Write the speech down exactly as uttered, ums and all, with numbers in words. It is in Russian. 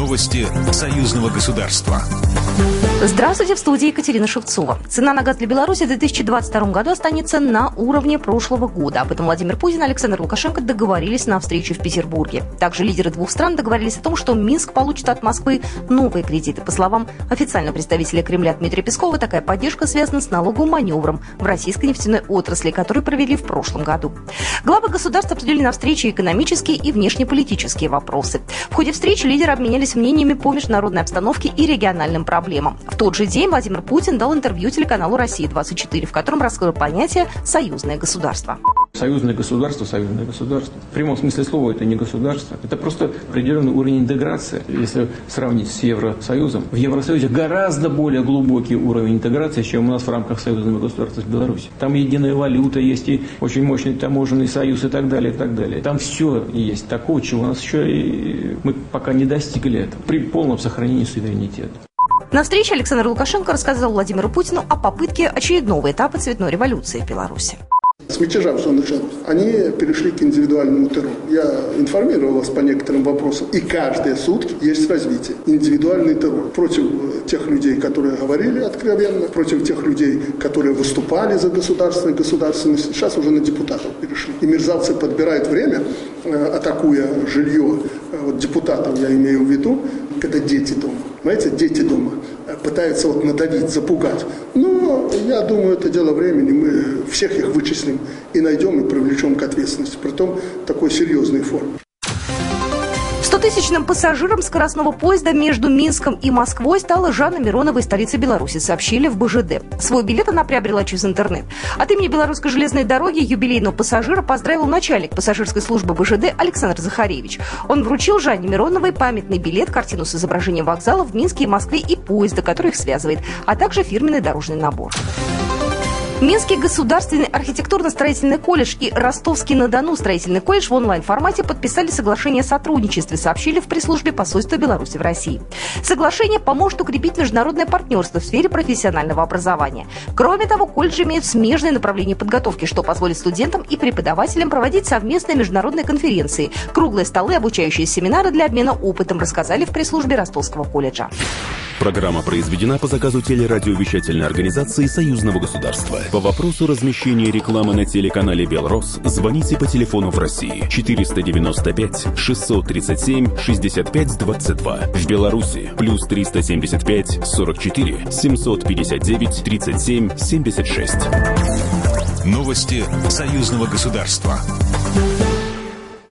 Новости союзного государства. Здравствуйте, в студии Екатерина Шевцова. Цена на газ для Беларуси в две тысячи двадцать втором году останется на уровне прошлого года. Об этом Владимир Путин и Александр Лукашенко договорились на встрече в Петербурге. Также лидеры двух стран договорились о том, что Минск получит от Москвы новые кредиты. По словам официального представителя Кремля Дмитрия Пескова, такая поддержка связана с налоговым маневром в российской нефтяной отрасли, который провели в прошлом году. Главы государств обсудили на встрече экономические и внешнеполитические вопросы. В ходе встречи лидеры обменялись мнениями по международной обстановке и региональным проблемам. В тот же день Владимир Путин дал интервью телеканалу «Россия двадцать четыре», в котором раскрыл понятие «союзное государство». Союзное государство, союзное государство. В прямом смысле слова это не государство. Это просто определенный уровень интеграции. Если сравнить с Евросоюзом, в Евросоюзе гораздо более глубокий уровень интеграции, чем у нас в рамках союзного государства с Беларусью. Там единая валюта, есть и очень мощный таможенный союз и так далее, и так далее. Там все есть такого, чего у нас еще и мы пока не достигли этого, при полном сохранении суверенитета. На встрече Александр Лукашенко рассказал Владимиру Путину о попытке очередного этапа цветной революции в Беларуси. С мятежа, что началось, они перешли к индивидуальному террору. Я информировал вас по некоторым вопросам. И каждые сутки есть развитие. Индивидуальный террор против тех людей, которые говорили откровенно, против тех людей, которые выступали за государственность, государственность. Сейчас уже на депутатов перешли. И мерзавцы подбирают время, атакуя жилье вот, депутатов, я имею в виду, когда дети дома. Понимаете, дети дома пытаются вот надавить, запугать. Но я думаю, это дело времени. Мы всех их вычислим и найдем, и привлечем к ответственности. Притом такой серьезной форме. Стотысячным пассажиром скоростного поезда между Минском и Москвой стала Жанна Миронова из столицы Беларуси, сообщили в бэ жэ дэ. Свой билет она приобрела через интернет. От имени Белорусской железной дороги юбилейного пассажира поздравил начальник пассажирской службы бэ жэ дэ Александр Захаревич. Он вручил Жанне Мироновой памятный билет, картину с изображением вокзала в Минске и Москве и поезда, который их связывает, а также фирменный дорожный набор. Минский государственный архитектурно-строительный колледж и Ростовский-на-Дону строительный колледж в онлайн-формате подписали соглашение о сотрудничестве, сообщили в пресс-службе посольства Беларуси в России. Соглашение поможет укрепить международное партнерство в сфере профессионального образования. Кроме того, колледжи имеют смежные направления подготовки, что позволит студентам и преподавателям проводить совместные международные конференции, круглые столы, обучающие семинары для обмена опытом, рассказали в пресс-службе Ростовского колледжа. Программа произведена по заказу телерадиовещательной организации Союзного государства. По вопросу размещения рекламы на телеканале «Белрос» звоните по телефону в России четыреста девяносто пять шестьсот тридцать семь шестьдесят пять двадцать два. В Беларуси плюс триста семьдесят пять сорок четыре семьсот пятьдесят девять тридцать семь семьдесят шесть. Новости союзного государства.